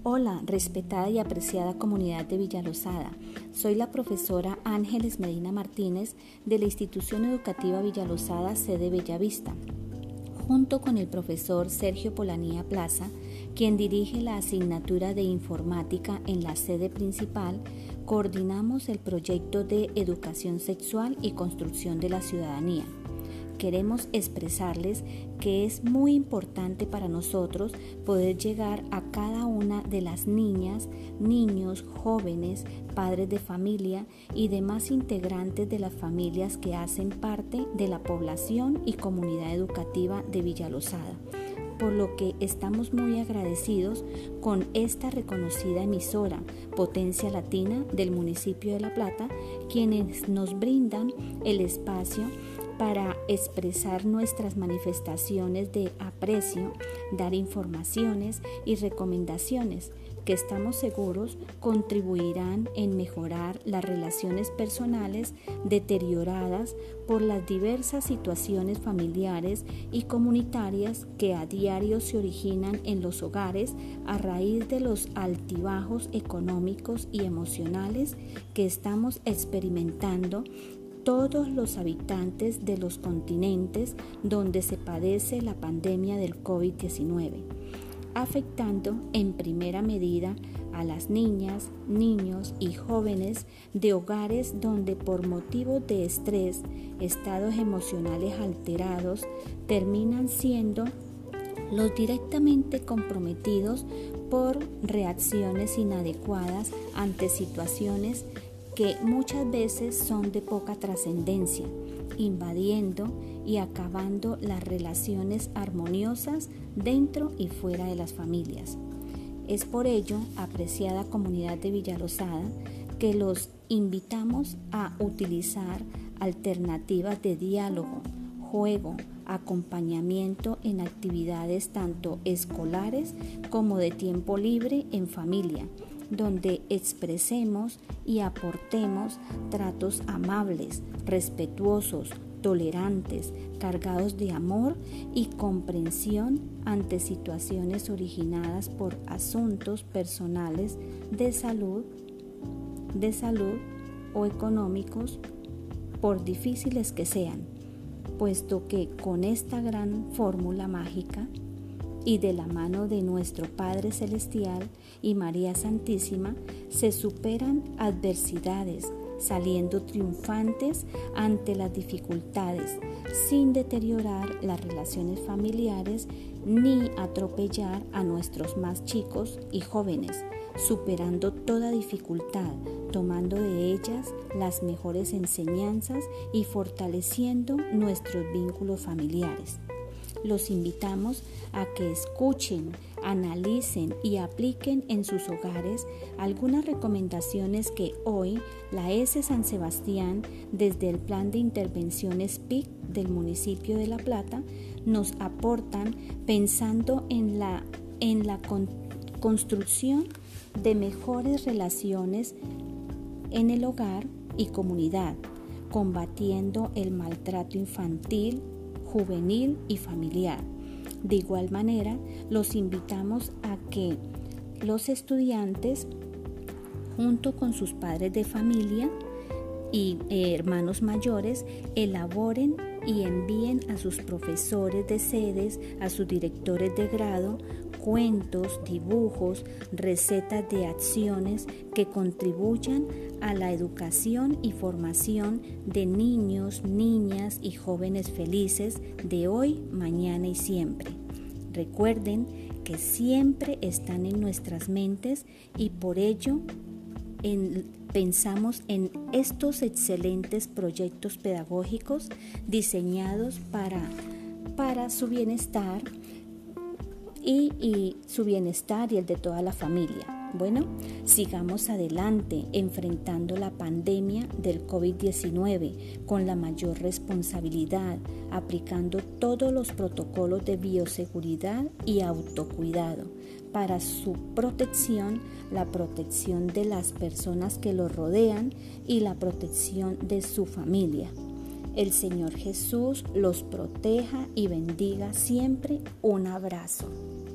Hola, respetada y apreciada comunidad de Villalosada. Soy la profesora Ángeles Medina Martínez de la Institución Educativa Villalosada, sede Bellavista, junto con el profesor Sergio Polanía Plaza, quien dirige la asignatura de informática en la sede principal. Coordinamos el proyecto de educación sexual y construcción de la ciudadanía. Queremos expresarles que es muy importante para nosotros poder llegar a cada una de las niñas, niños, jóvenes, padres de familia y demás integrantes de las familias que hacen parte de la población y comunidad educativa de Villalosada, por lo que estamos muy agradecidos con esta reconocida emisora Potencia Latina del municipio de La Plata, quienes nos brindan el espacio para expresar nuestras manifestaciones de aprecio, dar informaciones y recomendaciones que estamos seguros contribuirán en mejorar las relaciones personales deterioradas por las diversas situaciones familiares y comunitarias que a diario se originan en los hogares a raíz de los altibajos económicos y emocionales que estamos experimentando todos los habitantes de los continentes donde se padece la pandemia del COVID-19, afectando en primera medida a las niñas, niños y jóvenes de hogares donde por motivos de estrés, estados emocionales alterados, terminan siendo los directamente comprometidos por reacciones inadecuadas ante situaciones que muchas veces son de poca trascendencia, invadiendo y acabando las relaciones armoniosas dentro y fuera de las familias. Es por ello, apreciada comunidad de Villalosada, que los invitamos a utilizar alternativas de diálogo, juego, acompañamiento en actividades tanto escolares como de tiempo libre en familia, donde expresemos y aportemos tratos amables, respetuosos, tolerantes, cargados de amor y comprensión ante situaciones originadas por asuntos personales de salud o económicos, por difíciles que sean, puesto que con esta gran fórmula mágica y de la mano de nuestro Padre Celestial y María Santísima se superan adversidades, saliendo triunfantes ante las dificultades, sin deteriorar las relaciones familiares ni atropellar a nuestros más chicos y jóvenes, superando toda dificultad, tomando de ellas las mejores enseñanzas y fortaleciendo nuestros vínculos familiares. Los invitamos a que escuchen, analicen y apliquen en sus hogares algunas recomendaciones que hoy la S. San Sebastián, desde el Plan de Intervenciones PIC del municipio de La Plata, nos aportan pensando en la construcción de mejores relaciones en el hogar y comunidad, combatiendo el maltrato infantil, juvenil y familiar. De igual manera, los invitamos a que los estudiantes, junto con sus padres de familia y hermanos mayores, elaboren y envíen a sus profesores de sedes, a sus directores de grado, cuentos, dibujos, recetas de acciones que contribuyan a la educación y formación de niños, niñas y jóvenes felices de hoy, mañana y siempre. Recuerden que siempre están en nuestras mentes y por ello pensamos en estos excelentes proyectos pedagógicos diseñados para su bienestar y su bienestar y el de toda la familia. Bueno, sigamos adelante enfrentando la pandemia del COVID-19 con la mayor responsabilidad, aplicando todos los protocolos de bioseguridad y autocuidado para su protección, la protección de las personas que lo rodean y la protección de su familia. El Señor Jesús los proteja y bendiga siempre. Un abrazo.